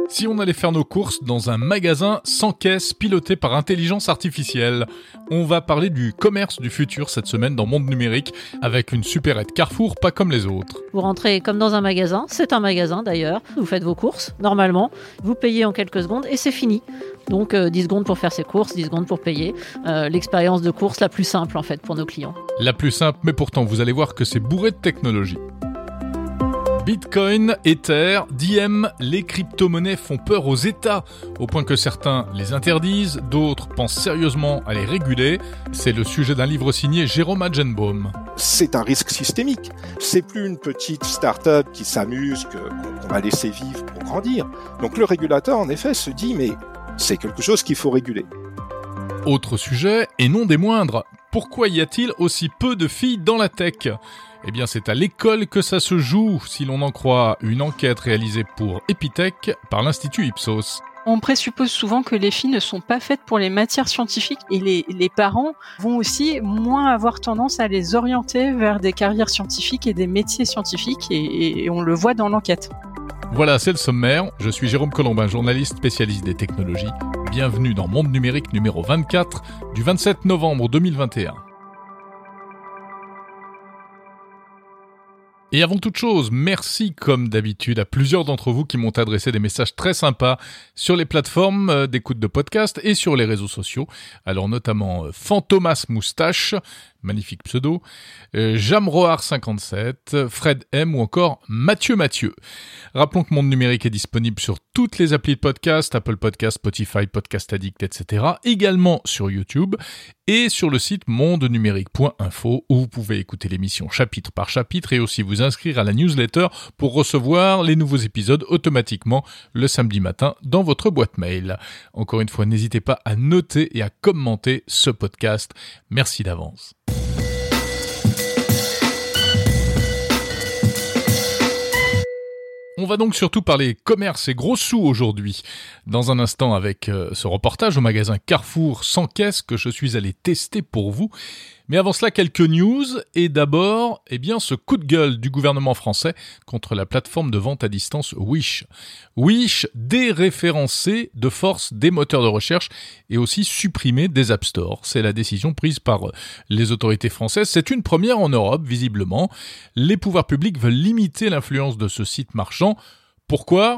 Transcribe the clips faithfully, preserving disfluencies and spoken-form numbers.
Si on allait faire nos courses dans un magasin sans caisse piloté par intelligence artificielle, on va parler du commerce du futur cette semaine dans Monde Numérique avec une supérette Carrefour pas comme les autres. Vous rentrez comme dans un magasin, c'est un magasin d'ailleurs, vous faites vos courses normalement, vous payez en quelques secondes et c'est fini. Donc euh, dix secondes pour faire ses courses, dix secondes pour payer. Euh, l'expérience de course la plus simple en fait pour nos clients. La plus simple, mais pourtant vous allez voir que c'est bourré de technologie. Bitcoin, Ether, Diem, les crypto-monnaies font peur aux États, au point que certains les interdisent, d'autres pensent sérieusement à les réguler. C'est le sujet d'un livre signé Jérôme Agenbaum. C'est un risque systémique. C'est plus une petite start-up qui s'amuse, que, qu'on va laisser vivre pour grandir. Donc le régulateur, en effet, se dit, mais c'est quelque chose qu'il faut réguler. Autre sujet, et non des moindres, pourquoi y a-t-il aussi peu de filles dans la tech ? Eh bien, c'est à l'école que ça se joue, si l'on en croit une enquête réalisée pour Epitech par l'Institut Ipsos. On présuppose souvent que les filles ne sont pas faites pour les matières scientifiques et les, les parents vont aussi moins avoir tendance à les orienter vers des carrières scientifiques et des métiers scientifiques et, et on le voit dans l'enquête. Voilà, c'est le sommaire. Je suis Jérôme Colombin, journaliste spécialiste des technologies. Bienvenue dans Monde Numérique numéro vingt-quatre du vingt-sept novembre deux mille vingt et un. Et avant toute chose, merci comme d'habitude à plusieurs d'entre vous qui m'ont adressé des messages très sympas sur les plateformes d'écoute de podcast et sur les réseaux sociaux. Alors notamment Fantomas Moustache, magnifique pseudo, euh, Jamroar cinquante-sept, Fred M ou encore Mathieu Mathieu. Rappelons que Monde Numérique est disponible sur toutes les applis de podcast, Apple Podcast, Spotify, Podcast Addict, et cetera. Également sur YouTube et sur le site monde numérique point info où vous pouvez écouter l'émission chapitre par chapitre et aussi vous inscrire à la newsletter pour recevoir les nouveaux épisodes automatiquement le samedi matin dans votre boîte mail. Encore une fois, n'hésitez pas à noter et à commenter ce podcast. Merci d'avance. On va donc surtout parler commerce et gros sous aujourd'hui. Dans un instant avec euh, ce reportage au magasin Carrefour sans caisse que je suis allé tester pour vous. Mais avant cela, quelques news. Et d'abord, eh bien, ce coup de gueule du gouvernement français contre la plateforme de vente à distance Wish. Wish déréférencé de force des moteurs de recherche et aussi supprimé des App Store. C'est la décision prise par les autorités françaises. C'est une première en Europe, visiblement. Les pouvoirs publics veulent limiter l'influence de ce site marchand. Pourquoi ?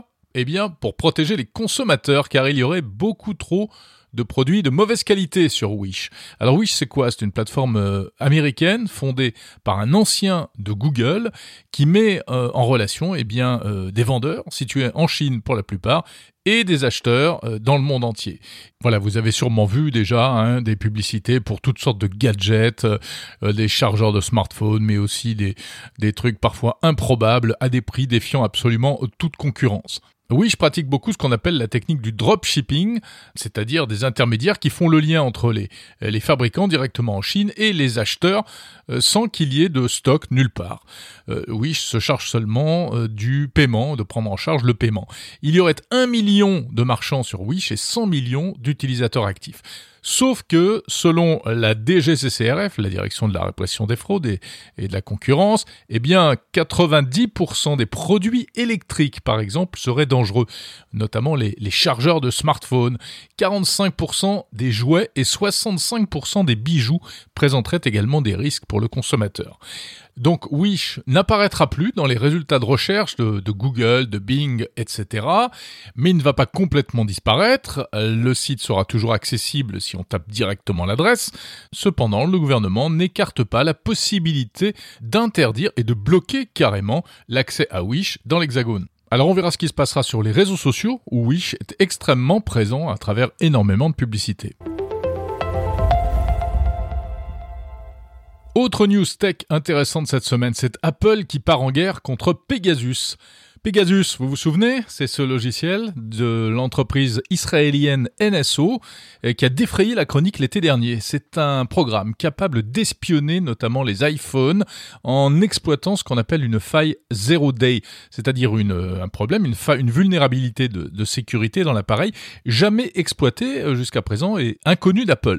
Eh bien, pour protéger les consommateurs, car il y aurait beaucoup trop de produits de mauvaise qualité sur Wish. Alors Wish, c'est quoi ? C'est une plateforme euh, américaine fondée par un ancien de Google qui met euh, en relation eh bien, euh, des vendeurs situés en Chine pour la plupart et des acheteurs euh, dans le monde entier. Voilà, vous avez sûrement vu déjà hein, des publicités pour toutes sortes de gadgets, euh, des chargeurs de smartphones, mais aussi des, des trucs parfois improbables à des prix défiant absolument toute concurrence. Oui, je pratique beaucoup ce qu'on appelle la technique du dropshipping, c'est-à-dire des intermédiaires qui font le lien entre les, les fabricants directement en Chine et les acheteurs euh, sans qu'il y ait de stock nulle part. Euh, Wish se charge seulement euh, du paiement, de prendre en charge le paiement. Il y aurait un million de marchands sur Wish et cent millions d'utilisateurs actifs. Sauf que, selon la D G C C R F, la Direction de la répression des fraudes et, et de la concurrence, eh bien, quatre-vingt-dix pour cent des produits électriques, par exemple, seraient dangereux, notamment les, les chargeurs de smartphones. quarante-cinq pour cent des jouets et soixante-cinq pour cent des bijoux présenteraient également des risques pour le consommateur. Donc Wish n'apparaîtra plus dans les résultats de recherche de, de Google, de Bing, et cetera. Mais il ne va pas complètement disparaître. Le site sera toujours accessible si on tape directement l'adresse. Cependant, le gouvernement n'écarte pas la possibilité d'interdire et de bloquer carrément l'accès à Wish dans l'Hexagone. Alors on verra ce qui se passera sur les réseaux sociaux où Wish est extrêmement présent à travers énormément de publicités. Autre news tech intéressante cette semaine, c'est Apple qui part en guerre contre Pegasus. Pegasus, vous vous souvenez, c'est ce logiciel de l'entreprise israélienne N S O qui a défrayé la chronique l'été dernier. C'est un programme capable d'espionner notamment les iPhones en exploitant ce qu'on appelle une faille zero day, c'est-à-dire une, un problème, une, fa- une vulnérabilité de, de sécurité dans l'appareil jamais exploitée jusqu'à présent et inconnue d'Apple.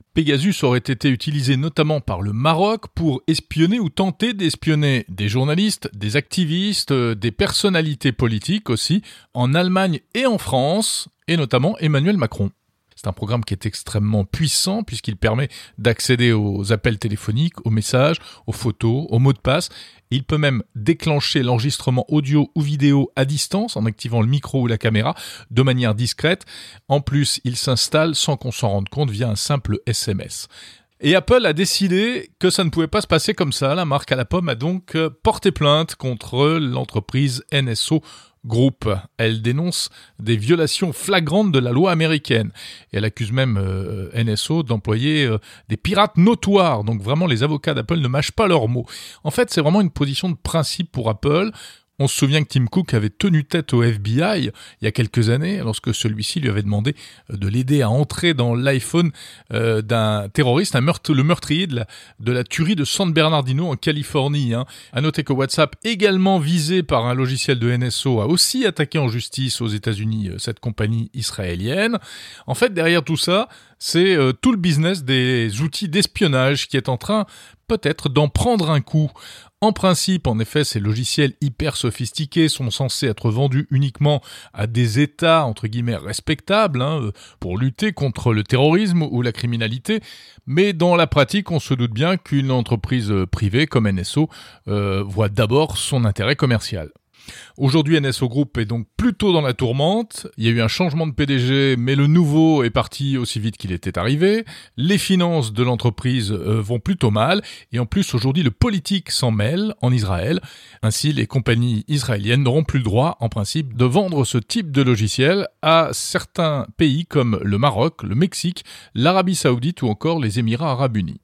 Pegasus aurait été utilisé notamment par le Maroc pour espionner ou tenter d'espionner des journalistes, des activistes, des personnalités politiques aussi, en Allemagne et en France, et notamment Emmanuel Macron. C'est un programme qui est extrêmement puissant puisqu'il permet d'accéder aux appels téléphoniques, aux messages, aux photos, aux mots de passe. Il peut même déclencher l'enregistrement audio ou vidéo à distance en activant le micro ou la caméra de manière discrète. En plus, il s'installe sans qu'on s'en rende compte via un simple S M S. Et Apple a décidé que ça ne pouvait pas se passer comme ça. La marque à la pomme a donc porté plainte contre l'entreprise N S O Group. Elle dénonce des violations flagrantes de la loi américaine. Et elle accuse même euh, N S O d'employer euh, des pirates notoires. Donc vraiment, les avocats d'Apple ne mâchent pas leurs mots. En fait, c'est vraiment une position de principe pour Apple. On se souvient que Tim Cook avait tenu tête au F B I il y a quelques années, lorsque celui-ci lui avait demandé de l'aider à entrer dans l'iPhone euh, d'un terroriste, un meurtre, le meurtrier de la, de la tuerie de San Bernardino en Californie. Hein. À noter que WhatsApp, également visé par un logiciel de N S O, a aussi attaqué en justice aux États-Unis cette compagnie israélienne. En fait, derrière tout ça, c'est euh, tout le business des outils d'espionnage qui est en train peut-être d'en prendre un coup. En principe, en effet, ces logiciels hyper sophistiqués sont censés être vendus uniquement à des États, entre guillemets, respectables, hein, pour lutter contre le terrorisme ou la criminalité. Mais dans la pratique, on se doute bien qu'une entreprise privée comme N S O euh, voit d'abord son intérêt commercial. Aujourd'hui, N S O Group est donc plutôt dans la tourmente. Il y a eu un changement de P D G, mais le nouveau est parti aussi vite qu'il était arrivé. Les finances de l'entreprise euh, vont plutôt mal. Et en plus, aujourd'hui, le politique s'en mêle en Israël. Ainsi, les compagnies israéliennes n'auront plus le droit, en principe, de vendre ce type de logiciel à certains pays comme le Maroc, le Mexique, l'Arabie Saoudite ou encore les Émirats Arabes Unis.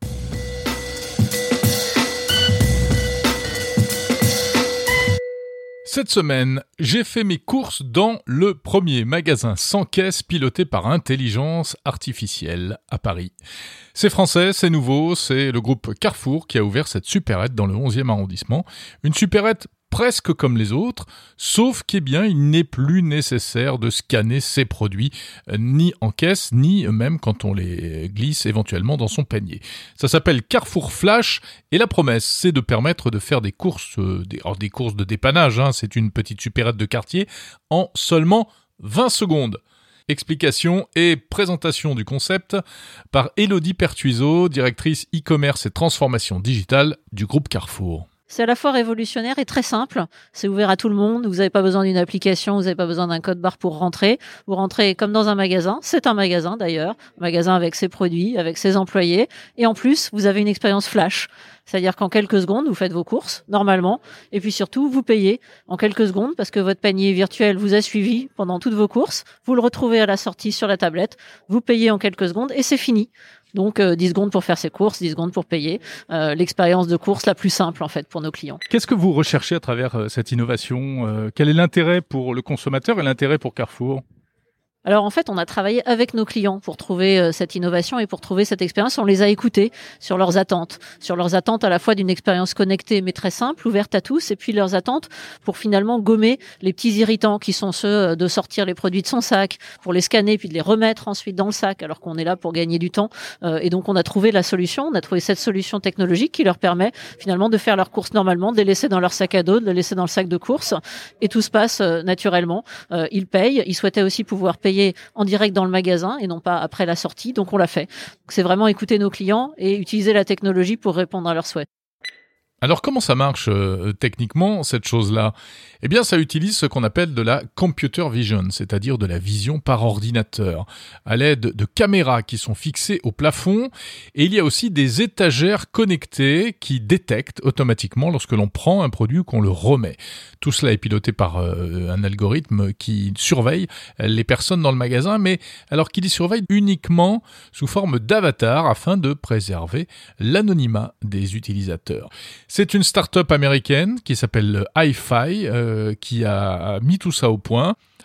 Cette semaine, j'ai fait mes courses dans le premier magasin sans caisse piloté par intelligence artificielle à Paris. C'est français, c'est nouveau, c'est le groupe Carrefour qui a ouvert cette supérette dans le onzième arrondissement. Une supérette presque comme les autres, sauf qu'eh bien, il n'est plus nécessaire de scanner ses produits, euh, ni en caisse, ni même quand on les glisse éventuellement dans son panier. Ça s'appelle Carrefour Flash, et la promesse, c'est de permettre de faire des courses, euh, des, alors des courses de dépannage, hein, c'est une petite supérette de quartier, en seulement vingt secondes. Explication et présentation du concept par Élodie Pertuiseau, directrice e-commerce et transformation digitale du groupe Carrefour. C'est à la fois révolutionnaire et très simple. C'est ouvert à tout le monde. Vous n'avez pas besoin d'une application, vous n'avez pas besoin d'un code barre pour rentrer. Vous rentrez comme dans un magasin. C'est un magasin d'ailleurs. Un magasin avec ses produits, avec ses employés. Et en plus, vous avez une expérience flash. C'est-à-dire qu'en quelques secondes, vous faites vos courses, normalement. Et puis surtout, vous payez en quelques secondes parce que votre panier virtuel vous a suivi pendant toutes vos courses. Vous le retrouvez à la sortie sur la tablette. Vous payez en quelques secondes et c'est fini. Donc euh, dix secondes pour faire ses courses, dix secondes pour payer. Euh, l'expérience de course la plus simple en fait pour nos clients. Qu'est-ce que vous recherchez à travers euh, cette innovation euh, Quel est l'intérêt pour le consommateur et l'intérêt pour Carrefour ? Alors en fait, on a travaillé avec nos clients pour trouver euh, cette innovation et pour trouver cette expérience. On les a écoutés sur leurs attentes, sur leurs attentes à la fois d'une expérience connectée mais très simple, ouverte à tous, et puis leurs attentes pour finalement gommer les petits irritants qui sont ceux de sortir les produits de son sac, pour les scanner puis de les remettre ensuite dans le sac alors qu'on est là pour gagner du temps. Euh, et donc on a trouvé la solution, on a trouvé cette solution technologique qui leur permet finalement de faire leurs courses normalement, de les laisser dans leur sac à dos, de les laisser dans le sac de course, et tout se passe euh, naturellement. Euh, ils payent, ils souhaitaient aussi pouvoir payer en direct dans le magasin et non pas après la sortie, donc on l'a fait. Donc c'est vraiment écouter nos clients et utiliser la technologie pour répondre à leurs souhaits. Alors comment ça marche euh, techniquement cette chose-là ? Eh bien ça utilise ce qu'on appelle de la computer vision, c'est-à-dire de la vision par ordinateur, à l'aide de caméras qui sont fixées au plafond, et il y a aussi des étagères connectées qui détectent automatiquement lorsque l'on prend un produit ou qu'on le remet. Tout cela est piloté par euh, un algorithme qui surveille les personnes dans le magasin, mais alors qu'il y surveille uniquement sous forme d'avatar afin de préserver l'anonymat des utilisateurs. C'est une start-up américaine qui s'appelle Hi-Fi euh, qui a mis tout ça au point.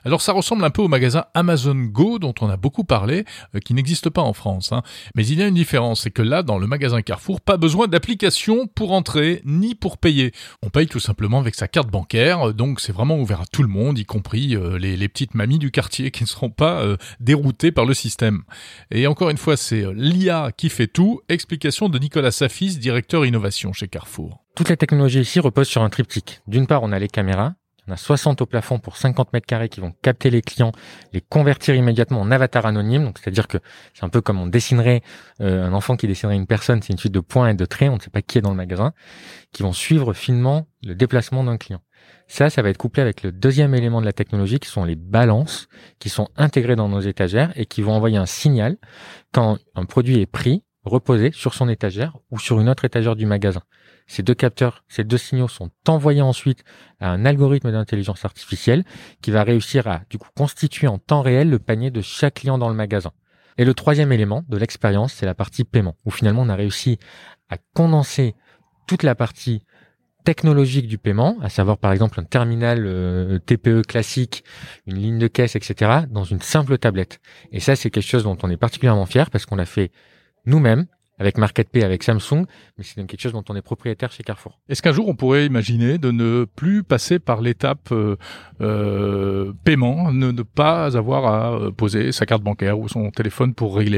Alors ça ressemble un peu au magasin Amazon Go dont on a beaucoup parlé, euh, qui n'existe pas en France. Hein. Mais il y a une différence, c'est que là, dans le magasin Carrefour, pas besoin d'application pour entrer ni pour payer. On paye tout simplement avec sa carte bancaire, donc c'est vraiment ouvert à tout le monde, y compris euh, les, les petites mamies du quartier qui ne seront pas euh, déroutées par le système. Et encore une fois, c'est euh, l'I A qui fait tout. Explication de Nicolas Safis, directeur innovation chez Carrefour. Toute la technologie ici repose sur un triptyque. D'une part, on a les caméras. On a soixante au plafond pour cinquante mètres carrés qui vont capter les clients, les convertir immédiatement en avatar anonyme. Donc, c'est-à-dire que c'est un peu comme on dessinerait euh, un enfant qui dessinerait une personne. C'est une suite de points et de traits. On ne sait pas qui est dans le magasin, qui vont suivre finement le déplacement d'un client. Ça, ça va être couplé avec le deuxième élément de la technologie qui sont les balances, qui sont intégrées dans nos étagères et qui vont envoyer un signal quand un produit est pris, reposé sur son étagère ou sur une autre étagère du magasin. Ces deux capteurs, ces deux signaux sont envoyés ensuite à un algorithme d'intelligence artificielle qui va réussir à, du coup, constituer en temps réel le panier de chaque client dans le magasin. Et le troisième élément de l'expérience, c'est la partie paiement, où finalement on a réussi à condenser toute la partie technologique du paiement, à savoir par exemple un terminal euh, T P E classique, une ligne de caisse, et cetera, dans une simple tablette. Et ça, c'est quelque chose dont on est particulièrement fier parce qu'on l'a fait nous-mêmes, avec MarketPay, avec Samsung, mais c'est quelque chose dont on est propriétaire chez Carrefour. Est-ce qu'un jour on pourrait imaginer de ne plus passer par l'étape euh, euh, paiement, ne, ne pas avoir à poser sa carte bancaire ou son téléphone pour régler ?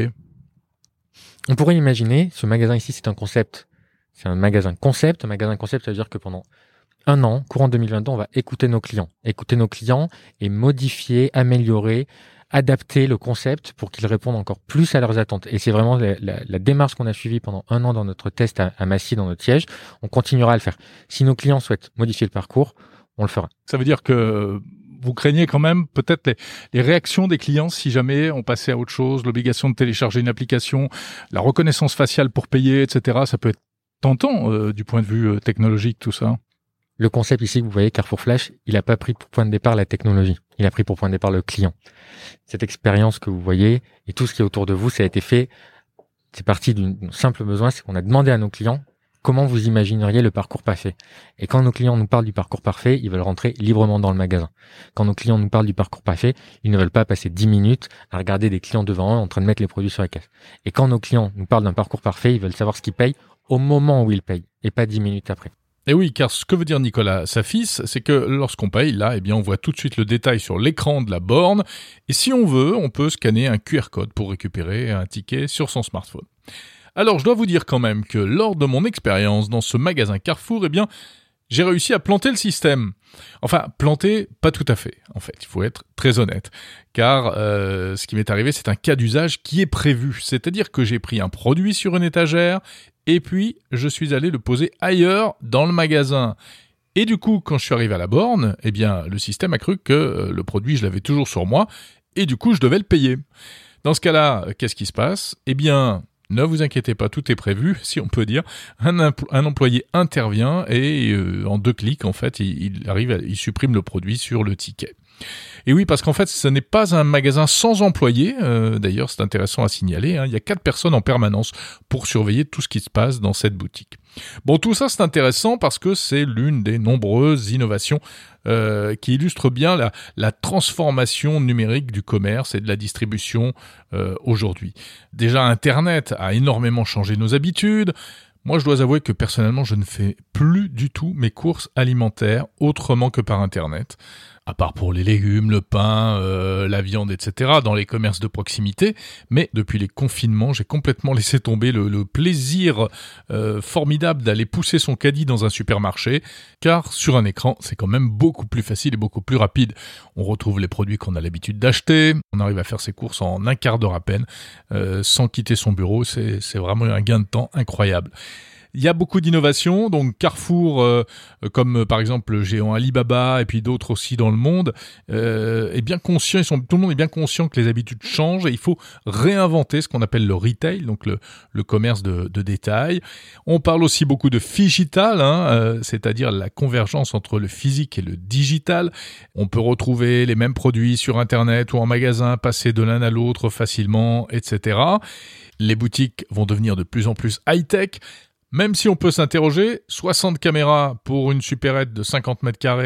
On pourrait imaginer, ce magasin ici, c'est un concept, c'est un magasin concept. Un magasin concept, ça veut dire que pendant un an, courant deux mille vingt-deux, on va écouter nos clients, écouter nos clients et modifier, améliorer, adapter le concept pour qu'ils répondent encore plus à leurs attentes. Et c'est vraiment la, la, la démarche qu'on a suivie pendant un an dans notre test à, à Massy, dans notre siège. On continuera à le faire. Si nos clients souhaitent modifier le parcours, on le fera. Ça veut dire que vous craignez quand même peut-être les, les réactions des clients si jamais on passait à autre chose, l'obligation de télécharger une application, la reconnaissance faciale pour payer, et cetera. Ça peut être tentant euh, du point de vue euh, technologique, tout ça. Le concept ici que vous voyez, Carrefour Flash, il n'a pas pris pour point de départ la technologie. Il a pris pour point de départ le client. Cette expérience que vous voyez et tout ce qui est autour de vous, ça a été fait, c'est parti d'un simple besoin, c'est qu'on a demandé à nos clients comment vous imagineriez le parcours parfait. Et quand nos clients nous parlent du parcours parfait, ils veulent rentrer librement dans le magasin. Quand nos clients nous parlent du parcours parfait, ils ne veulent pas passer dix minutes à regarder des clients devant eux en train de mettre les produits sur la caisse. Et quand nos clients nous parlent d'un parcours parfait, ils veulent savoir ce qu'ils payent au moment où ils payent et pas dix minutes après. Et oui, car ce que veut dire Nicolas Safis, c'est que lorsqu'on paye, là, eh bien, on voit tout de suite le détail sur l'écran de la borne. Et si on veut, on peut scanner un Q R code pour récupérer un ticket sur son smartphone. Alors, je dois vous dire quand même que lors de mon expérience dans ce magasin Carrefour, eh bien, j'ai réussi à planter le système. Enfin, planter, pas tout à fait, en fait. Il faut être très honnête. Car euh, ce qui m'est arrivé, c'est un cas d'usage qui est prévu. C'est-à-dire que j'ai pris un produit sur une étagère et puis je suis allé le poser ailleurs dans le magasin. Et du coup, quand je suis arrivé à la borne, eh bien, le système a cru que euh, le produit, je l'avais toujours sur moi et du coup, je devais le payer. Dans ce cas-là, qu'est-ce qui se passe ? Eh bien, ne vous inquiétez pas, tout est prévu, si on peut dire. Un, impl- un employé intervient et euh, en deux clics, en fait, il, il arrive, à, il supprime le produit sur le ticket. Et oui, parce qu'en fait, ce n'est pas un magasin sans employés. Euh, d'ailleurs, c'est intéressant à signaler. Hein, il y a quatre personnes en permanence pour surveiller tout ce qui se passe dans cette boutique. Bon, tout ça, c'est intéressant parce que c'est l'une des nombreuses innovations euh, qui illustrent bien la, la transformation numérique du commerce et de la distribution euh, aujourd'hui. Déjà, Internet a énormément changé nos habitudes. Moi, je dois avouer que personnellement, je ne fais plus du tout mes courses alimentaires autrement que par Internet. À part pour les légumes, le pain, euh, la viande, et cetera, dans les commerces de proximité. Mais depuis les confinements, j'ai complètement laissé tomber le, le plaisir euh, formidable d'aller pousser son caddie dans un supermarché, car sur un écran, c'est quand même beaucoup plus facile et beaucoup plus rapide. On retrouve les produits qu'on a l'habitude d'acheter, on arrive à faire ses courses en un quart d'heure à peine, euh, sans quitter son bureau, c'est, c'est vraiment un gain de temps incroyable. Il y a beaucoup d'innovations, donc Carrefour, euh, comme euh, par exemple le géant Alibaba et puis d'autres aussi dans le monde, euh, est bien conscient, ils sont, tout le monde est bien conscient que les habitudes changent et il faut réinventer ce qu'on appelle le retail, donc le, le commerce de, de détail. On parle aussi beaucoup de phygital, hein, euh, c'est-à-dire la convergence entre le physique et le digital. On peut retrouver les mêmes produits sur Internet ou en magasin, passer de l'un à l'autre facilement, et cetera. Les boutiques vont devenir de plus en plus high-tech. Même si on peut s'interroger, soixante caméras pour une supérette de cinquante mètres carrés,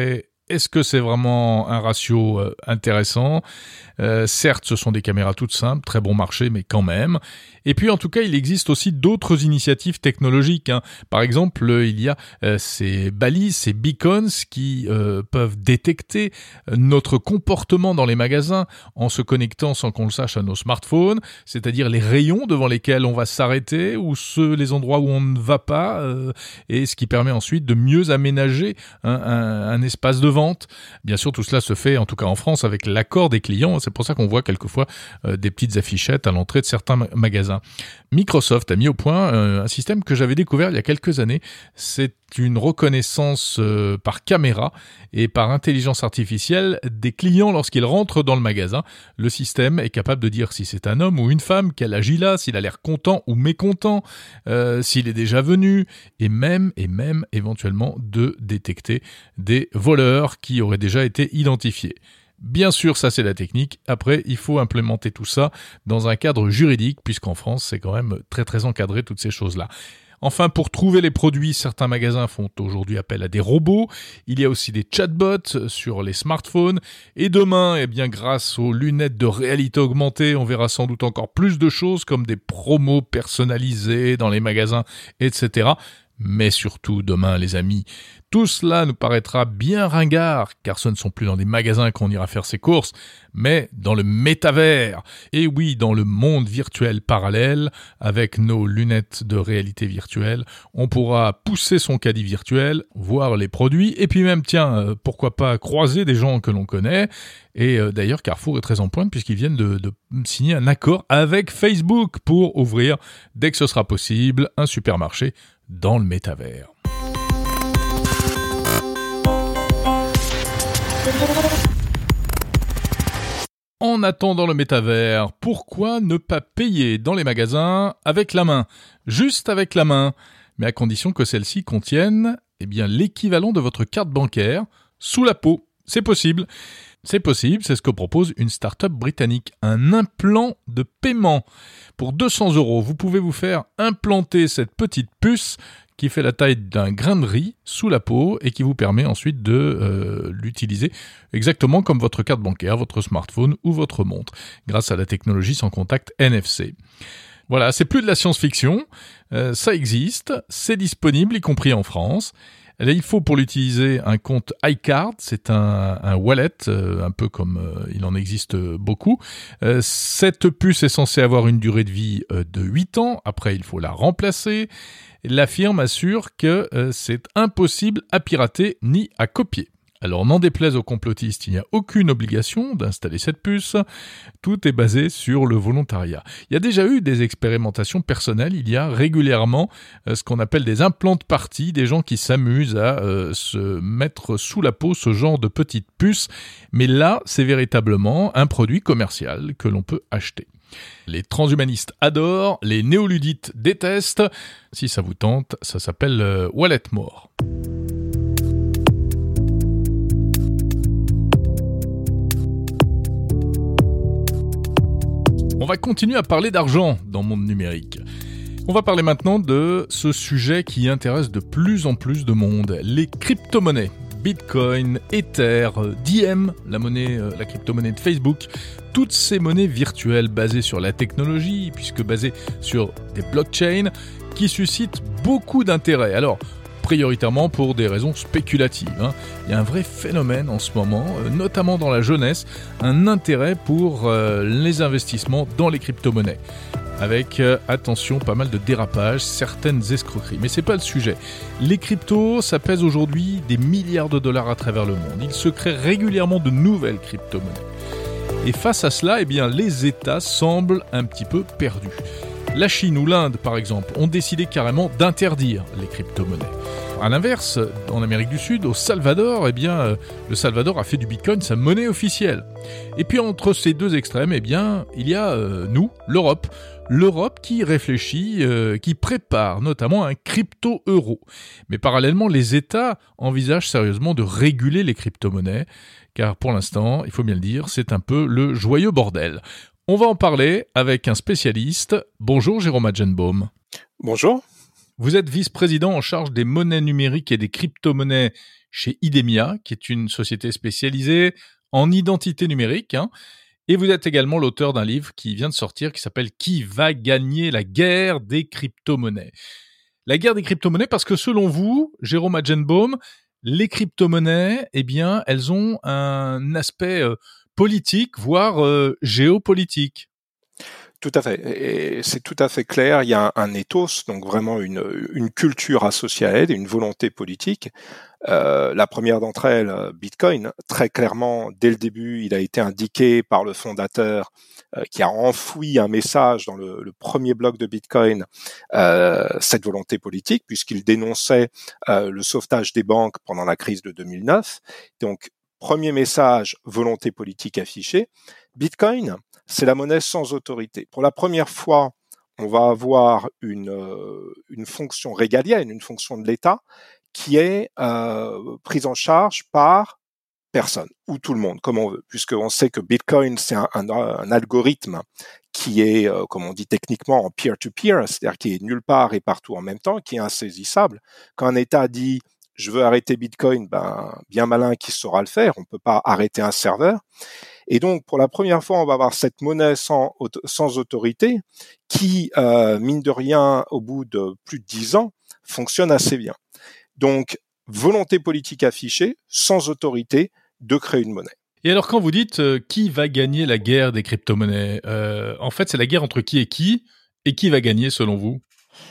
Est-ce que c'est vraiment un ratio euh, intéressant ? euh, Certes, ce sont des caméras toutes simples, très bon marché, mais quand même. Et puis, en tout cas, il existe aussi d'autres initiatives technologiques, hein. Par exemple, il y a euh, ces balises, ces beacons qui euh, peuvent détecter notre comportement dans les magasins en se connectant sans qu'on le sache à nos smartphones, c'est-à-dire les rayons devant lesquels on va s'arrêter ou ceux, les endroits où on ne va pas, euh, et ce qui permet ensuite de mieux aménager un, un, un espace de vente. Bien sûr, tout cela se fait, en tout cas en France, avec l'accord des clients. C'est pour ça qu'on voit quelquefois euh, des petites affichettes à l'entrée de certains ma- magasins. Microsoft a mis au point euh, un système que j'avais découvert il y a quelques années. C'est une reconnaissance euh, par caméra et par intelligence artificielle des clients lorsqu'ils rentrent dans le magasin. Le système est capable de dire si c'est un homme ou une femme, quel âge il a, s'il a l'air content ou mécontent, euh, s'il est déjà venu, et même, et même éventuellement de détecter des voleurs qui auraient déjà été identifiés. Bien sûr, ça c'est la technique. Après, il faut implémenter tout ça dans un cadre juridique, puisqu'en France, c'est quand même très très encadré toutes ces choses-là. Enfin, pour trouver les produits, certains magasins font aujourd'hui appel à des robots. Il y a aussi des chatbots sur les smartphones. Et demain, eh bien, grâce aux lunettes de réalité augmentée, on verra sans doute encore plus de choses comme des promos personnalisés dans les magasins, et cetera. Mais surtout, demain, les amis, tout cela nous paraîtra bien ringard, car ce ne sont plus dans des magasins qu'on ira faire ses courses, mais dans le métavers. Et oui, dans le monde virtuel parallèle, avec nos lunettes de réalité virtuelle, on pourra pousser son caddie virtuel, voir les produits, et puis même, tiens, euh, pourquoi pas croiser des gens que l'on connaît. Et euh, d'ailleurs, Carrefour est très en pointe puisqu'ils viennent de, de signer un accord avec Facebook pour ouvrir, dès que ce sera possible, un supermarché dans le métavers. En attendant le métavers, pourquoi ne pas payer dans les magasins avec la main ? Juste avec la main, mais à condition que celle-ci contienne eh bien, l'équivalent de votre carte bancaire sous la peau. C'est possible. C'est possible, c'est ce que propose une start-up britannique, un implant de paiement. Pour deux cents euros, vous pouvez vous faire implanter cette petite puce qui fait la taille d'un grain de riz sous la peau et qui vous permet ensuite de euh, l'utiliser exactement comme votre carte bancaire, votre smartphone ou votre montre, grâce à la technologie sans contact N F C. Voilà, c'est plus de la science-fiction, euh, ça existe, c'est disponible, y compris en France. Là, il faut pour l'utiliser un compte iCard, c'est un, un wallet, euh, un peu comme euh, il en existe beaucoup. Euh, cette puce est censée avoir une durée de vie euh, de huit ans, après il faut la remplacer. La firme assure que euh, c'est impossible à pirater ni à copier. Alors, n'en déplaise aux complotistes, il n'y a aucune obligation d'installer cette puce. Tout est basé sur le volontariat. Il y a déjà eu des expérimentations personnelles. Il y a régulièrement euh, ce qu'on appelle des implants de partie, des gens qui s'amusent à euh, se mettre sous la peau ce genre de petites puces. Mais là, c'est véritablement un produit commercial que l'on peut acheter. Les transhumanistes adorent, les néoludites détestent. Si ça vous tente, ça s'appelle euh, Walletmore. On va continuer à parler d'argent dans le monde numérique. On va parler maintenant de ce sujet qui intéresse de plus en plus de monde, les crypto-monnaies. Bitcoin, Ether, Diem, la monnaie, la crypto-monnaie de Facebook, toutes ces monnaies virtuelles basées sur la technologie, puisque basées sur des blockchains, qui suscitent beaucoup d'intérêt. Alors, prioritairement pour des raisons spéculatives, hein. Il y a un vrai phénomène en ce moment, euh, notamment dans la jeunesse, un intérêt pour euh, les investissements dans les crypto-monnaies. Avec, euh, attention, pas mal de dérapages, certaines escroqueries. Mais c'est pas le sujet. Les cryptos, ça pèse aujourd'hui des milliards de dollars à travers le monde. Il se crée régulièrement de nouvelles crypto-monnaies. Et face à cela, eh bien, les États semblent un petit peu perdus. La Chine ou l'Inde, par exemple, ont décidé carrément d'interdire les crypto-monnaies. À l'inverse, en Amérique du Sud, au Salvador, eh bien, euh, le Salvador a fait du Bitcoin sa monnaie officielle. Et puis entre ces deux extrêmes, eh bien, il y a euh, nous, l'Europe. L'Europe qui réfléchit, euh, qui prépare notamment un crypto-euro. Mais parallèlement, les États envisagent sérieusement de réguler les crypto-monnaies, car pour l'instant, il faut bien le dire, c'est un peu le joyeux bordel. On va en parler avec un spécialiste. Bonjour Jérôme Adjenbaum. Bonjour. Vous êtes vice-président en charge des monnaies numériques et des crypto-monnaies chez Idemia, qui est une société spécialisée en identité numérique, hein. Et vous êtes également l'auteur d'un livre qui vient de sortir qui s'appelle « Qui va gagner la guerre des crypto-monnaies ?» La guerre des crypto-monnaies parce que selon vous, Jérôme Agenbaum, les crypto-monnaies, eh bien, elles ont un aspect euh, politique, voire euh, géopolitique. Tout à fait. Et c'est tout à fait clair. Il y a un, un ethos, donc vraiment une, une culture associée à elle, une volonté politique. Euh, la première d'entre elles, Bitcoin, très clairement, dès le début, il a été indiqué par le fondateur euh, qui a enfoui un message dans le, le premier bloc de Bitcoin, euh, cette volonté politique, puisqu'il dénonçait euh, le sauvetage des banques pendant la crise de deux mille neuf. Donc, premier message, volonté politique affichée. Bitcoin, c'est la monnaie sans autorité. Pour la première fois, on va avoir une, euh, une fonction régalienne, une fonction de l'État, qui est euh, prise en charge par personne, ou tout le monde, comme on veut, puisqu'on sait que Bitcoin, c'est un, un, un algorithme qui est, euh, comme on dit techniquement, en peer-to-peer, c'est-à-dire qui est nulle part et partout en même temps, qui est insaisissable. Quand un État dit « je veux arrêter Bitcoin », ben, bien malin qui saura le faire, on ne peut pas arrêter un serveur. Et donc, pour la première fois, on va avoir cette monnaie sans, sans autorité qui, euh, mine de rien, au bout de plus de dix ans, fonctionne assez bien. Donc, volonté politique affichée, sans autorité, de créer une monnaie. Et alors, quand vous dites euh, qui va gagner la guerre des crypto-monnaies, euh, en fait, c'est la guerre entre qui et qui, et qui va gagner selon vous ?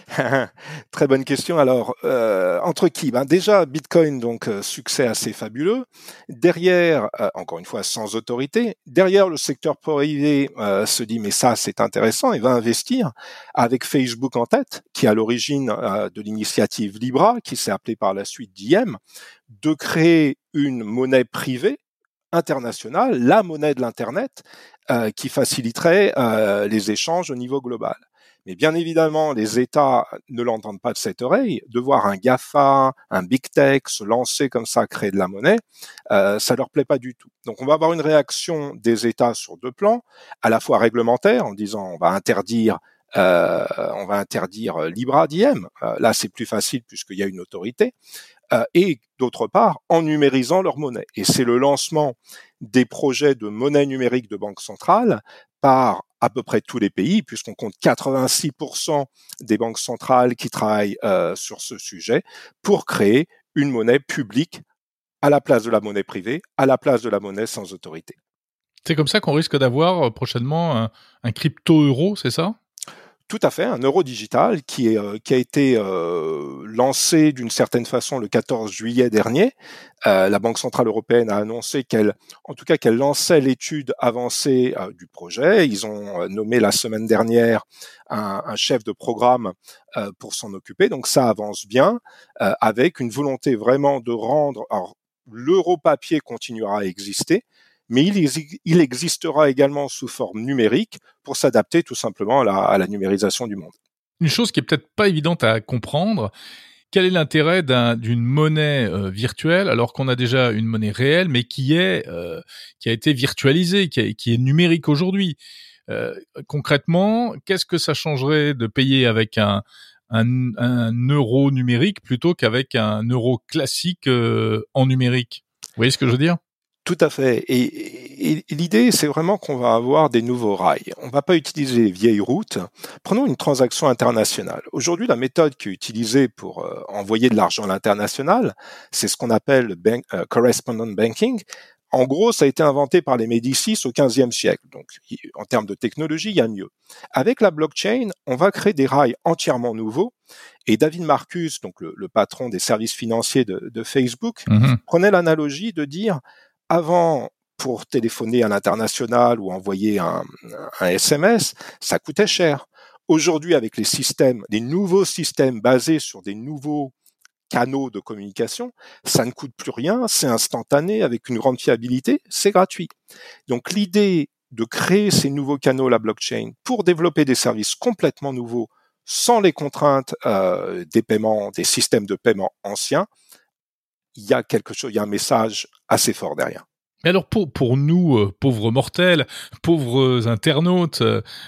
Très bonne question. Alors, euh, entre qui ? Ben déjà, Bitcoin, donc euh, succès assez fabuleux. Derrière, euh, encore une fois, sans autorité. Derrière, le secteur privé euh, se dit, mais ça, c'est intéressant, et va investir avec Facebook en tête, qui est à l'origine euh, de l'initiative Libra, qui s'est appelée par la suite Diem, de créer une monnaie privée internationale, la monnaie de l'Internet, euh, qui faciliterait euh, les échanges au niveau global. Mais bien évidemment, les États ne l'entendent pas de cette oreille. De voir un GAFA, un Big Tech se lancer comme ça, créer de la monnaie, euh, ça leur plaît pas du tout. Donc on va avoir une réaction des États sur deux plans, à la fois réglementaire, en disant on va interdire euh, on va interdire Libra, Diem. Euh, là, c'est plus facile puisqu'il y a une autorité. Euh, et d'autre part, en numérisant leur monnaie. Et c'est le lancement des projets de monnaie numérique de banque centrale par à peu près tous les pays, puisqu'on compte quatre-vingt-six pour cent des banques centrales qui travaillent euh, sur ce sujet, pour créer une monnaie publique à la place de la monnaie privée, à la place de la monnaie sans autorité. C'est comme ça qu'on risque d'avoir prochainement un, un crypto-euro, c'est ça ? Tout à fait, un euro digital qui, est, euh, qui a été euh, lancé d'une certaine façon le quatorze juillet dernier. Euh, la Banque centrale européenne a annoncé qu'elle, en tout cas, qu'elle lançait l'étude avancée euh, du projet. Ils ont euh, nommé la semaine dernière un, un chef de programme euh, pour s'en occuper. Donc ça avance bien, euh, avec une volonté vraiment de rendre. Alors, l'euro papier continuera à exister, mais il, il existera également sous forme numérique pour s'adapter tout simplement à la, à la numérisation du monde. Une chose qui est peut-être pas évidente à comprendre, quel est l'intérêt d'un, d'une monnaie euh, virtuelle alors qu'on a déjà une monnaie réelle, mais qui est euh, qui a été virtualisée, qui, a, qui est numérique aujourd'hui. Euh, concrètement, qu'est-ce que ça changerait de payer avec un un, un euro numérique plutôt qu'avec un euro classique euh, en numérique ? Vous voyez ce que je veux dire ? Tout à fait. Et, et, et l'idée, c'est vraiment qu'on va avoir des nouveaux rails. On ne va pas utiliser les vieilles routes. Prenons une transaction internationale. Aujourd'hui, la méthode qui est utilisée pour euh, envoyer de l'argent à l'international, c'est ce qu'on appelle le bank, euh, correspondent banking. En gros, ça a été inventé par les Médicis au quinzième siècle. Donc, en termes de technologie, il y a mieux. Avec la blockchain, on va créer des rails entièrement nouveaux. Et David Marcus, donc le, le patron des services financiers de, de Facebook, mmh. prenait l'analogie de dire avant, pour téléphoner à l'international ou envoyer un, un S M S, ça coûtait cher. Aujourd'hui, avec les systèmes, les nouveaux systèmes basés sur des nouveaux canaux de communication, ça ne coûte plus rien, c'est instantané, avec une grande fiabilité, c'est gratuit. Donc l'idée de créer ces nouveaux canaux, la blockchain, pour développer des services complètement nouveaux, sans les contraintes euh, des paiements, des systèmes de paiement anciens, il y a quelque chose, il y a un message assez fort derrière. Mais alors pour pour nous euh, pauvres mortels, pauvres internautes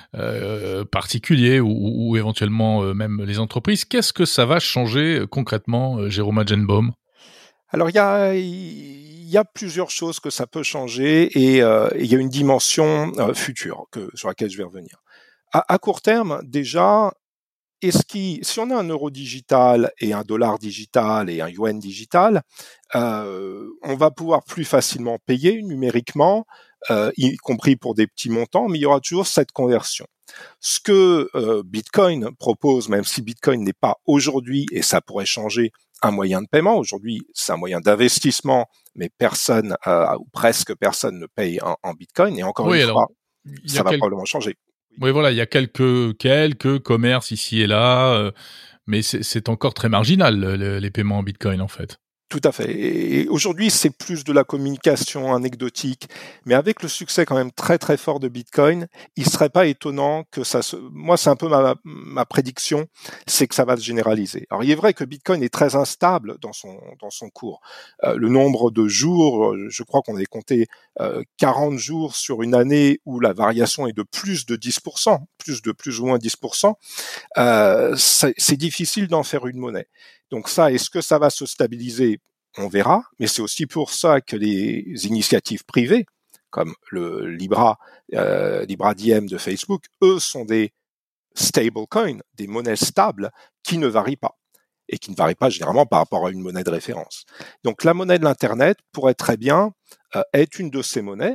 euh, particuliers ou, ou éventuellement euh, même les entreprises, qu'est-ce que ça va changer euh, concrètement, euh, Jérôme Agenbaum? Alors il y a il y a plusieurs choses que ça peut changer et euh, il y a une dimension euh, future que sur laquelle je vais revenir. À, à court terme, déjà, est-ce qui, si on a un euro digital et un dollar digital et un yuan digital, euh, on va pouvoir plus facilement payer numériquement, euh, y compris pour des petits montants, mais il y aura toujours cette conversion. Ce que euh, Bitcoin propose, même si Bitcoin n'est pas aujourd'hui, et ça pourrait changer, un moyen de paiement. Aujourd'hui, c'est un moyen d'investissement, mais personne, euh, ou presque personne ne paye en, en Bitcoin. Et encore oui, une alors, fois, y ça a va quel... probablement changer. Oui, voilà, il y a quelques quelques commerces ici et là, euh, mais c'est, c'est encore très marginal le, les paiements en Bitcoin en fait. Tout à fait. Et aujourd'hui, c'est plus de la communication anecdotique, mais avec le succès quand même très très fort de Bitcoin, il serait pas étonnant que ça se... Moi, c'est un peu ma, ma prédiction, c'est que ça va se généraliser. Alors, il est vrai que Bitcoin est très instable dans son dans son cours. Euh, le nombre de jours, je crois qu'on avait compté euh, quarante jours sur une année où la variation est de plus de dix pour cent, plus de plus ou moins dix pour cent. Euh, c'est, c'est difficile d'en faire une monnaie. Donc ça, est-ce que ça va se stabiliser? On verra, mais c'est aussi pour ça que les initiatives privées, comme le Libra, euh, Libra D M de Facebook, eux sont des stablecoins, des monnaies stables qui ne varient pas et qui ne varient pas généralement par rapport à une monnaie de référence. Donc la monnaie de l'Internet pourrait très bien euh, être une de ces monnaies.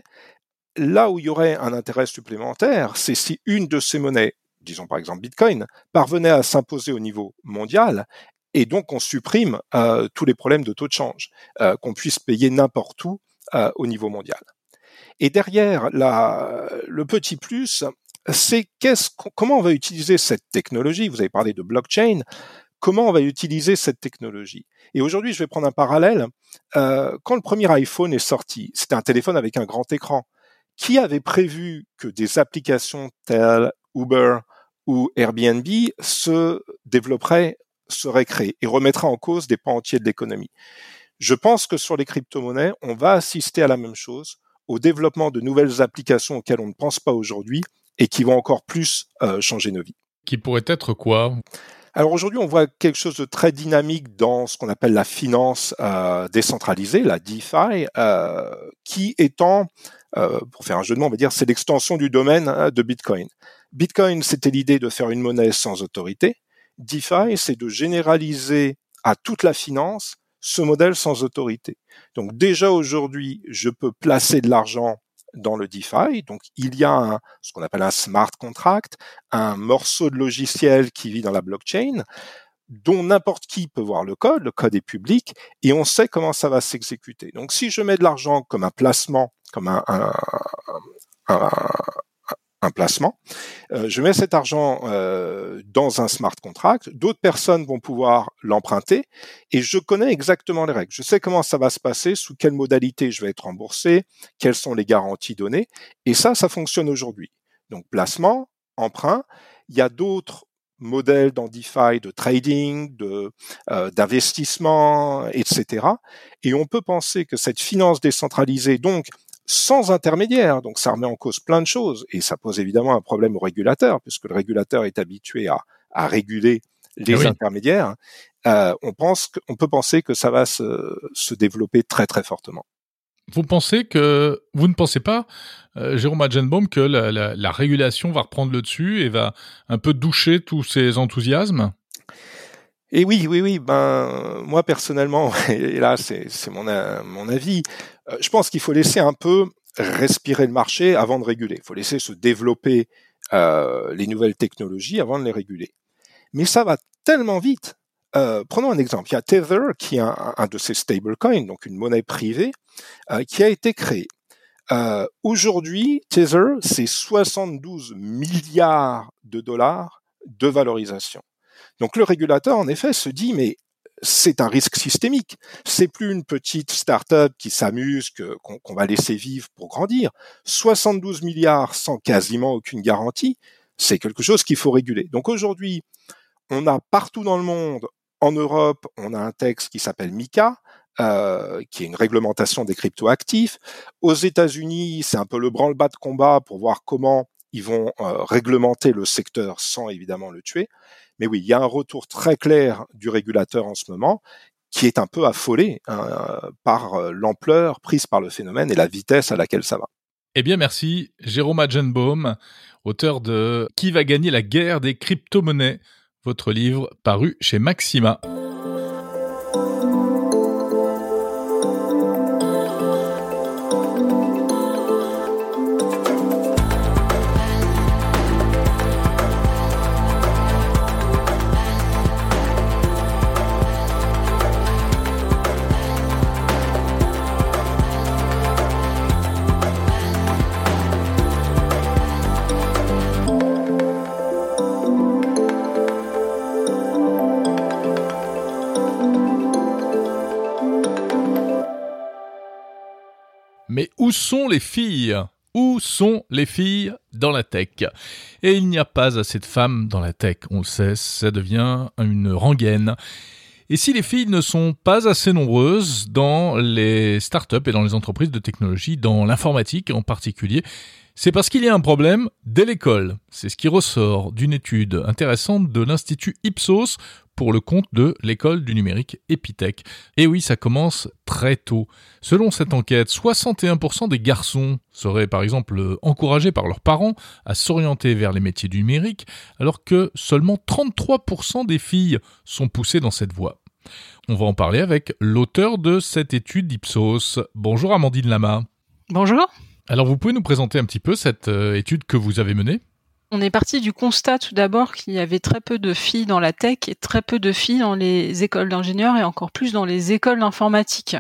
Là où il y aurait un intérêt supplémentaire, c'est si une de ces monnaies, disons par exemple Bitcoin, parvenait à s'imposer au niveau mondial. Et donc, on supprime euh, tous les problèmes de taux de change, euh, qu'on puisse payer n'importe où euh, au niveau mondial. Et derrière, la, le petit plus, c'est qu'est-ce, comment on va utiliser cette technologie. Vous avez parlé de blockchain. Comment on va utiliser cette technologie? Et aujourd'hui, je vais prendre un parallèle. Euh, quand le premier iPhone est sorti, c'était un téléphone avec un grand écran. Qui avait prévu que des applications telles Uber ou Airbnb se développeraient, seraient créées et remettraient en cause des pans entiers de l'économie? Je pense que sur les crypto-monnaies, on va assister à la même chose, au développement de nouvelles applications auxquelles on ne pense pas aujourd'hui et qui vont encore plus euh, changer nos vies. Qui pourrait être quoi? Alors aujourd'hui, on voit quelque chose de très dynamique dans ce qu'on appelle la finance euh, décentralisée, la DeFi, euh, qui étant, euh, pour faire un jeu de mots, on va dire, c'est l'extension du domaine hein, de Bitcoin. Bitcoin, c'était l'idée de faire une monnaie sans autorité. DeFi, c'est de généraliser à toute la finance ce modèle sans autorité. Donc déjà aujourd'hui, je peux placer de l'argent dans le DeFi. Donc, il y a un, ce qu'on appelle un smart contract, un morceau de logiciel qui vit dans la blockchain, dont n'importe qui peut voir le code, le code est public, et on sait comment ça va s'exécuter. Donc, si je mets de l'argent comme un placement, comme un, un, un, un placement, euh, je mets cet argent euh, dans un smart contract, d'autres personnes vont pouvoir l'emprunter, et je connais exactement les règles. Je sais comment ça va se passer, sous quelle modalité je vais être remboursé, quelles sont les garanties données, et ça, ça fonctionne aujourd'hui. Donc, placement, emprunt, il y a d'autres modèles dans DeFi de trading, de, euh, d'investissement, et cetera. Et on peut penser que cette finance décentralisée, donc, sans intermédiaire, donc ça remet en cause plein de choses, et ça pose évidemment un problème au régulateur, puisque le régulateur est habitué à, à réguler les oui. intermédiaires. Euh, on pense, on peut penser que ça va se, se développer très très fortement. Vous pensez que, vous ne pensez pas, euh, Jérôme Agenbaum, que la, la, la régulation va reprendre le dessus et va un peu doucher tous ces enthousiasmes? Et oui, oui, oui. Ben moi personnellement, et là c'est, c'est mon, mon avis, euh, je pense qu'il faut laisser un peu respirer le marché avant de réguler. Il faut laisser se développer euh, les nouvelles technologies avant de les réguler. Mais ça va tellement vite. Euh, prenons un exemple. Il y a Tether qui est un, un de ces stablecoins, donc une monnaie privée, euh, qui a été créée. Euh, aujourd'hui, Tether, c'est soixante-douze milliards de dollars de valorisation. Donc le régulateur, en effet, se dit, mais c'est un risque systémique. C'est plus une petite start-up qui s'amuse, que, qu'on, qu'on va laisser vivre pour grandir. soixante-douze milliards sans quasiment aucune garantie, c'est quelque chose qu'il faut réguler. Donc aujourd'hui, on a partout dans le monde, en Europe, on a un texte qui s'appelle MiCA, euh, qui est une réglementation des cryptoactifs. Aux États-Unis, c'est un peu le branle-bas de combat pour voir comment ils vont euh, réglementer le secteur sans évidemment le tuer. Mais oui, il y a un retour très clair du régulateur en ce moment qui est un peu affolé hein, par euh, l'ampleur prise par le phénomène et la vitesse à laquelle ça va. Eh bien, merci Jérôme Agenbaum, auteur de « Qui va gagner la guerre des crypto-monnaies ?» votre livre paru chez Maxima. Mais où sont les filles ? Où sont les filles dans la tech ? Et il n'y a pas assez de femmes dans la tech, on le sait, ça devient une rengaine. Et si les filles ne sont pas assez nombreuses dans les startups et dans les entreprises de technologie, dans l'informatique en particulier, c'est parce qu'il y a un problème dès l'école. C'est ce qui ressort d'une étude intéressante de l'Institut Ipsos pour le compte de l'école du numérique Epitech. Et oui, ça commence très tôt. Selon cette enquête, soixante et un pour cent des garçons seraient par exemple encouragés par leurs parents à s'orienter vers les métiers du numérique, alors que seulement trente-trois pour cent des filles sont poussées dans cette voie. On va en parler avec l'auteur de cette étude Ipsos. Bonjour Amandine Lama. Bonjour. Alors vous pouvez nous présenter un petit peu cette euh, étude que vous avez menée ? On est parti du constat tout d'abord qu'il y avait très peu de filles dans la tech et très peu de filles dans les écoles d'ingénieurs et encore plus dans les écoles d'informatique.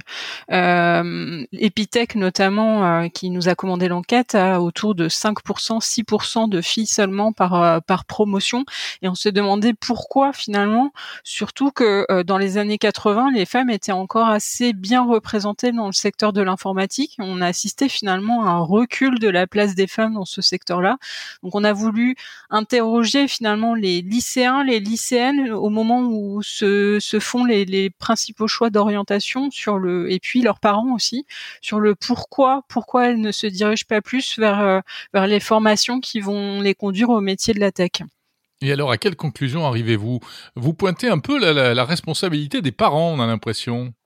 Euh, Epitech notamment, euh, qui nous a commandé l'enquête, a autour de cinq pour cent, six pour cent de filles seulement par euh, par promotion. Et on se demandait pourquoi finalement, surtout que euh, dans les années quatre-vingts, les femmes étaient encore assez bien représentées dans le secteur de l'informatique. On a assisté finalement à un recul de la place des femmes dans ce secteur-là. Donc on a voulu interroger finalement les lycéens, les lycéennes au moment où se, se font les, les principaux choix d'orientation sur le, et puis leurs parents aussi, sur le pourquoi, pourquoi elles ne se dirigent pas plus vers, vers les formations qui vont les conduire au métier de la tech. Et alors, à quelle conclusion arrivez-vous ? Vous pointez un peu la, la, la responsabilité des parents, on a l'impression.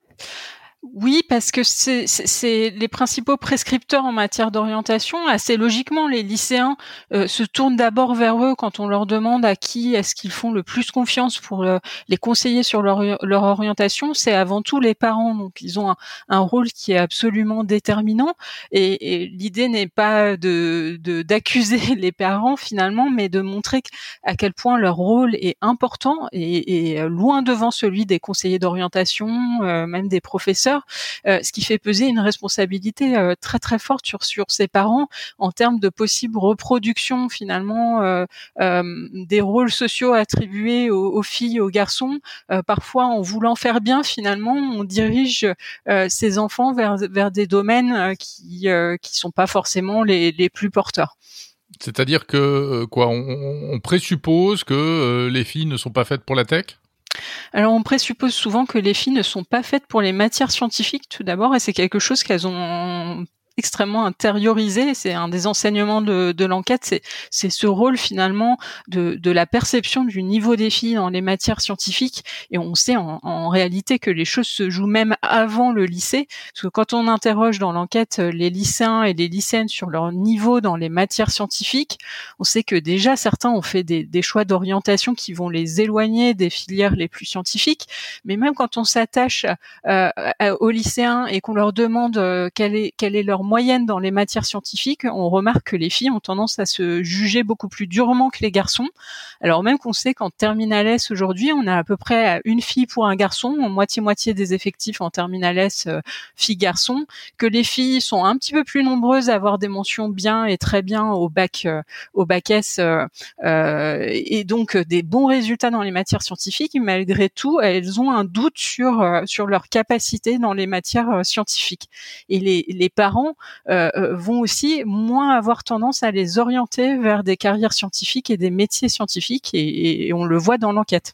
Oui, parce que c'est, c'est, c'est les principaux prescripteurs en matière d'orientation. Assez logiquement, les lycéens euh, se tournent d'abord vers eux quand on leur demande à qui est-ce qu'ils font le plus confiance pour euh, les conseiller sur leur, leur orientation. C'est avant tout les parents. Donc, ils ont un, un rôle qui est absolument déterminant. Et, et l'idée n'est pas de, de d'accuser les parents finalement, mais de montrer à quel point leur rôle est important et, et loin devant celui des conseillers d'orientation, euh, même des professeurs. Euh, ce qui fait peser une responsabilité euh, très très forte sur sur ses parents en termes de possible reproduction finalement euh, euh, des rôles sociaux attribués aux, aux filles et aux garçons. Euh, parfois, en voulant faire bien, finalement, on dirige euh, ces enfants vers vers des domaines euh, qui euh, qui sont pas forcément les les plus porteurs. C'est-à-dire que quoi, on, on présuppose que euh, les filles ne sont pas faites pour la tech ? Alors, on présuppose souvent que les filles ne sont pas faites pour les matières scientifiques, tout d'abord, et c'est quelque chose qu'elles ont extrêmement intériorisé. C'est un des enseignements de, de l'enquête, c'est, c'est ce rôle finalement de, de la perception du niveau des filles dans les matières scientifiques. Et on sait en, en réalité que les choses se jouent même avant le lycée, parce que quand on interroge dans l'enquête les lycéens et les lycéennes sur leur niveau dans les matières scientifiques, on sait que déjà certains ont fait des, des choix d'orientation qui vont les éloigner des filières les plus scientifiques. Mais même quand on s'attache euh, aux lycéens et qu'on leur demande euh, quelle est, quelle est leur moyenne dans les matières scientifiques, on remarque que les filles ont tendance à se juger beaucoup plus durement que les garçons. Alors même qu'on sait qu'en terminale S aujourd'hui, on a à peu près une fille pour un garçon, moitié-moitié des effectifs en terminale S, euh, filles-garçons, que les filles sont un petit peu plus nombreuses à avoir des mentions bien et très bien au bac, euh, au bac S, euh, euh, et donc euh, des bons résultats dans les matières scientifiques. Et malgré tout, elles ont un doute sur euh, sur leur capacité dans les matières euh, scientifiques. Et les les parents Euh, vont aussi moins avoir tendance à les orienter vers des carrières scientifiques et des métiers scientifiques, et, et on le voit dans l'enquête.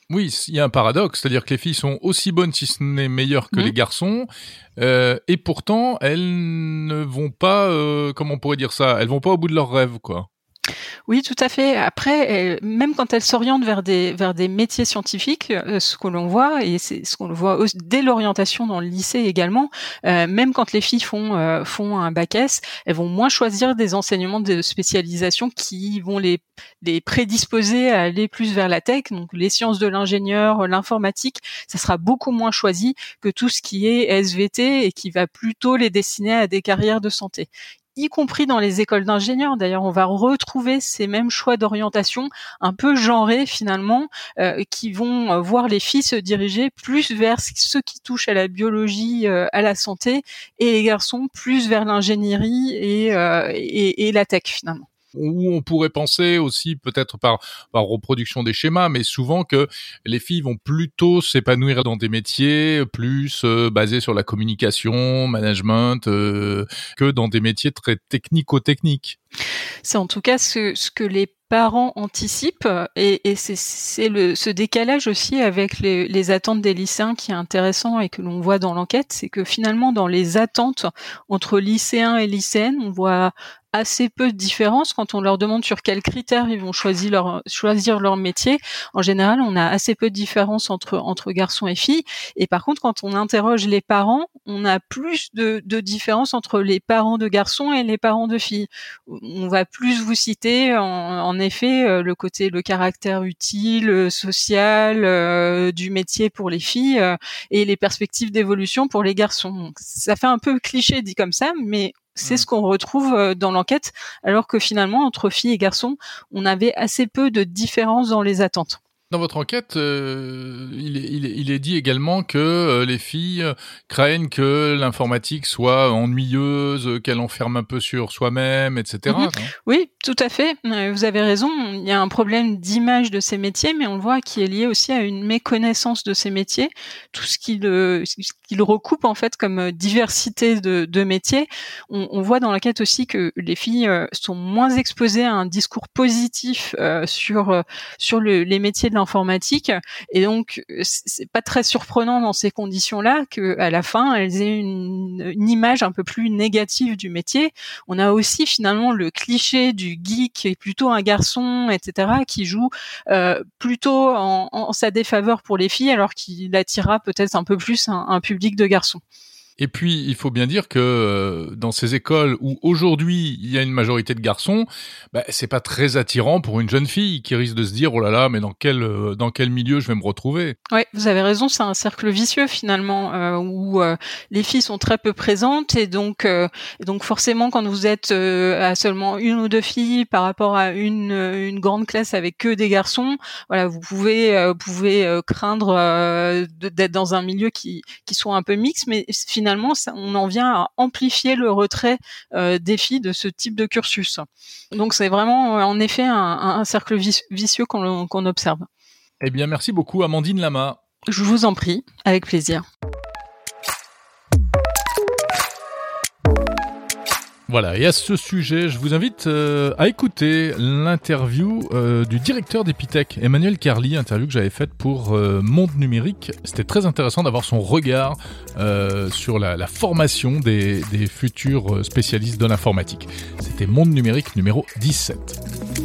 Oui, il y a un paradoxe, c'est-à-dire que les filles sont aussi bonnes, si ce n'est meilleures que mmh. les garçons, euh, et pourtant elles ne vont pas, euh, comment on pourrait dire ça, elles vont pas au bout de leurs rêves, quoi. Oui, tout à fait. Après, même quand elles s'orientent vers des vers des métiers scientifiques, euh, ce que l'on voit, et c'est ce qu'on voit aussi dès l'orientation dans le lycée également, euh, même quand les filles font euh, font un bac S, elles vont moins choisir des enseignements de spécialisation qui vont les les prédisposer à aller plus vers la tech, donc les sciences de l'ingénieur, l'informatique, ça sera beaucoup moins choisi que tout ce qui est S V T et qui va plutôt les destiner à des carrières de santé. Y compris dans les écoles d'ingénieurs. D'ailleurs, on va retrouver ces mêmes choix d'orientation un peu genrés finalement, euh, qui vont euh, voir les filles se diriger plus vers ce qui touche à la biologie, euh, à la santé, et les garçons plus vers l'ingénierie et, euh, et, et la tech finalement. Où on pourrait penser aussi, peut-être par, par reproduction des schémas, mais souvent que les filles vont plutôt s'épanouir dans des métiers plus euh, basés sur la communication, management, euh, que dans des métiers très technico-techniques. C'est en tout cas ce, ce que les parents anticipent, et, et c'est, c'est le, ce décalage aussi avec les, les attentes des lycéens qui est intéressant et que l'on voit dans l'enquête, c'est que finalement dans les attentes entre lycéens et lycéennes, on voit assez peu de différence quand on leur demande sur quels critères ils vont choisir leur choisir leur métier. En général, on a assez peu de différence entre entre garçons et filles. Et par contre, quand on interroge les parents, on a plus de de différence entre les parents de garçons et les parents de filles. On va plus vous citer en, en effet le côté le caractère utile, social euh, du métier pour les filles euh, et les perspectives d'évolution pour les garçons. Donc, ça fait un peu cliché dit comme ça, mais c'est ce qu'on retrouve dans l'enquête, alors que finalement, entre filles et garçons, on avait assez peu de différence dans les attentes. Dans votre enquête, euh, il, est, il, est, il est dit également que euh, les filles craignent que l'informatique soit ennuyeuse, qu'elle enferme un peu sur soi-même, et cetera. Mm-hmm. Oui, tout à fait. Vous avez raison. Il y a un problème d'image de ces métiers, mais on le voit qui est lié aussi à une méconnaissance de ces métiers. Tout ce qui le, ce qui le recoupe en fait comme diversité de, de métiers. On, on voit dans l'enquête aussi que les filles sont moins exposées à un discours positif euh, sur sur le, les métiers de l'informatique, et donc c'est pas très surprenant dans ces conditions-là que à la fin elles aient une, une image un peu plus négative du métier. On a aussi finalement le cliché du geek qui est plutôt un garçon, et cetera, qui joue euh, plutôt en, en sa défaveur pour les filles, alors qu'il attirera peut-être un peu plus un, un public de garçons. Et puis, il faut bien dire que euh, dans ces écoles où aujourd'hui il y a une majorité de garçons, bah, c'est pas très attirant pour une jeune fille qui risque de se dire oh là là, mais dans quel euh, dans quel milieu je vais me retrouver. Ouais, vous avez raison, c'est un cercle vicieux finalement euh, où euh, les filles sont très peu présentes, et donc euh, et donc forcément quand vous êtes euh, à seulement une ou deux filles par rapport à une une grande classe avec que des garçons, voilà, vous pouvez euh, pouvez euh, craindre euh, de, d'être dans un milieu qui qui soit un peu mixte, mais finalement Ça, on en vient à amplifier le retrait euh, des filles de ce type de cursus. Donc c'est vraiment euh, en effet un, un cercle vicieux qu'on, qu'on observe. Eh bien, merci beaucoup Amandine Lama. Je vous en prie, avec plaisir. Voilà, et à ce sujet, je vous invite euh, à écouter l'interview euh, du directeur d'Epitech, Emmanuel Carly, interview que j'avais faite pour euh, Monde Numérique. C'était très intéressant d'avoir son regard euh, sur la, la formation des, des futurs spécialistes de l'informatique. C'était Monde Numérique numéro dix-sept.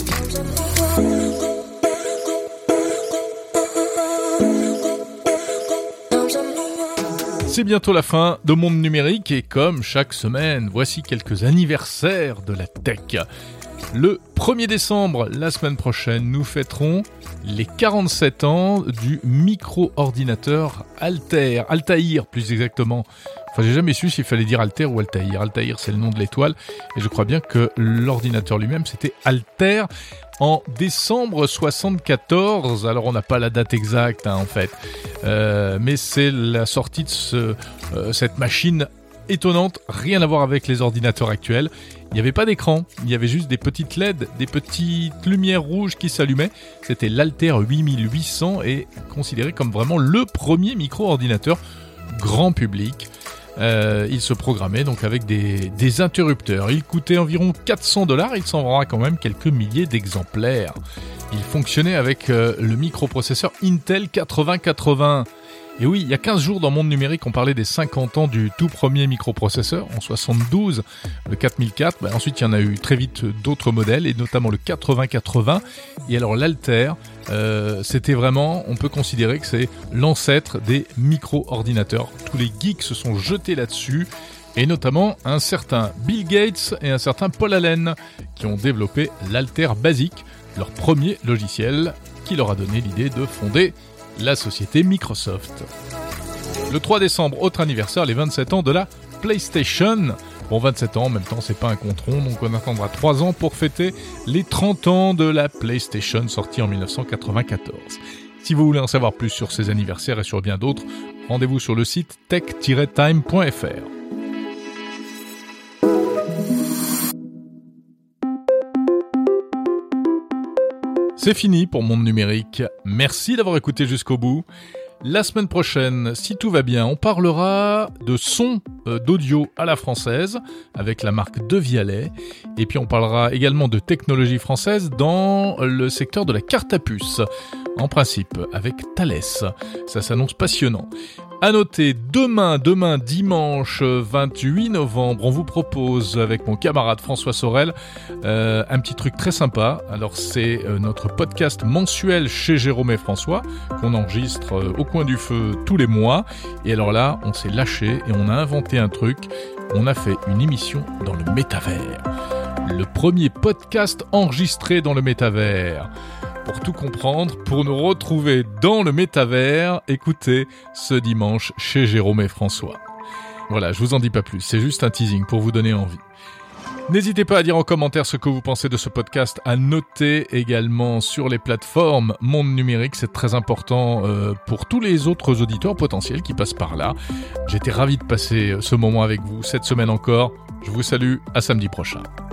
C'est bientôt la fin de Monde Numérique et comme chaque semaine, voici quelques anniversaires de la tech. Le premier décembre, la semaine prochaine, nous fêterons les quarante-sept ans du micro-ordinateur Altair, Altair plus exactement. Enfin, j'ai jamais su s'il fallait dire Altair ou Altair. Altair, c'est le nom de l'étoile et je crois bien que l'ordinateur lui-même, c'était Altair. En décembre soixante-quatorze, alors on n'a pas la date exacte hein, en fait, euh, mais c'est la sortie de ce, euh, cette machine étonnante, rien à voir avec les ordinateurs actuels. Il n'y avait pas d'écran, il y avait juste des petites L E D, des petites lumières rouges qui s'allumaient. C'était l'Altair huit mille huit cents et considéré comme vraiment le premier micro-ordinateur grand public. Euh, il se programmait donc avec des, des interrupteurs. Il coûtait environ quatre cents dollars, il s'en vendra quand même quelques milliers d'exemplaires. Il fonctionnait avec euh, le microprocesseur Intel quatre-vingts quatre-vingts. Et oui, il y a quinze jours dans Monde Numérique, on parlait des cinquante ans du tout premier microprocesseur, en soixante-douze, le quatre mille quatre. Ben, ensuite, il y en a eu très vite d'autres modèles, et notamment le quatre-vingts quatre-vingts. Et alors l'Alter, euh, c'était vraiment, on peut considérer que c'est l'ancêtre des micro-ordinateurs. Tous les geeks se sont jetés là-dessus, et notamment un certain Bill Gates et un certain Paul Allen, qui ont développé l'Alter Basic, leur premier logiciel, qui leur a donné l'idée de fonder la société Microsoft. Le trois décembre, autre anniversaire, les vingt-sept ans de la PlayStation. Bon, vingt-sept ans, en même temps, c'est pas un compte rond, donc on attendra trois ans pour fêter les trente ans de la PlayStation, sortie en dix-neuf cent quatre-vingt-quatorze. Si vous voulez en savoir plus sur ces anniversaires et sur bien d'autres, rendez-vous sur le site tech tiret time point f r. C'est fini pour Monde Numérique. Merci d'avoir écouté jusqu'au bout. La semaine prochaine, si tout va bien, on parlera de son euh, d'audio à la française avec la marque De Vialet. Et puis on parlera également de technologie française dans le secteur de la carte à puce. En principe, avec Thales. Ça s'annonce passionnant. À noter, demain, demain, dimanche vingt-huit novembre, on vous propose, avec mon camarade François Sorel, euh, un petit truc très sympa. Alors, c'est euh, notre podcast mensuel chez Jérôme et François, qu'on enregistre euh, au coin du feu tous les mois. Et alors là, on s'est lâché et on a inventé un truc. On a fait une émission dans le métavers. Le premier podcast enregistré dans le métavers. Pour tout comprendre, pour nous retrouver dans le métavers, écoutez ce dimanche chez Jérôme et François. Voilà, je vous en dis pas plus, c'est juste un teasing pour vous donner envie. N'hésitez pas à dire en commentaire ce que vous pensez de ce podcast, à noter également sur les plateformes Monde Numérique, c'est très important euh, pour tous les autres auditeurs potentiels qui passent par là. J'étais ravi de passer ce moment avec vous cette semaine encore. Je vous salue, à samedi prochain.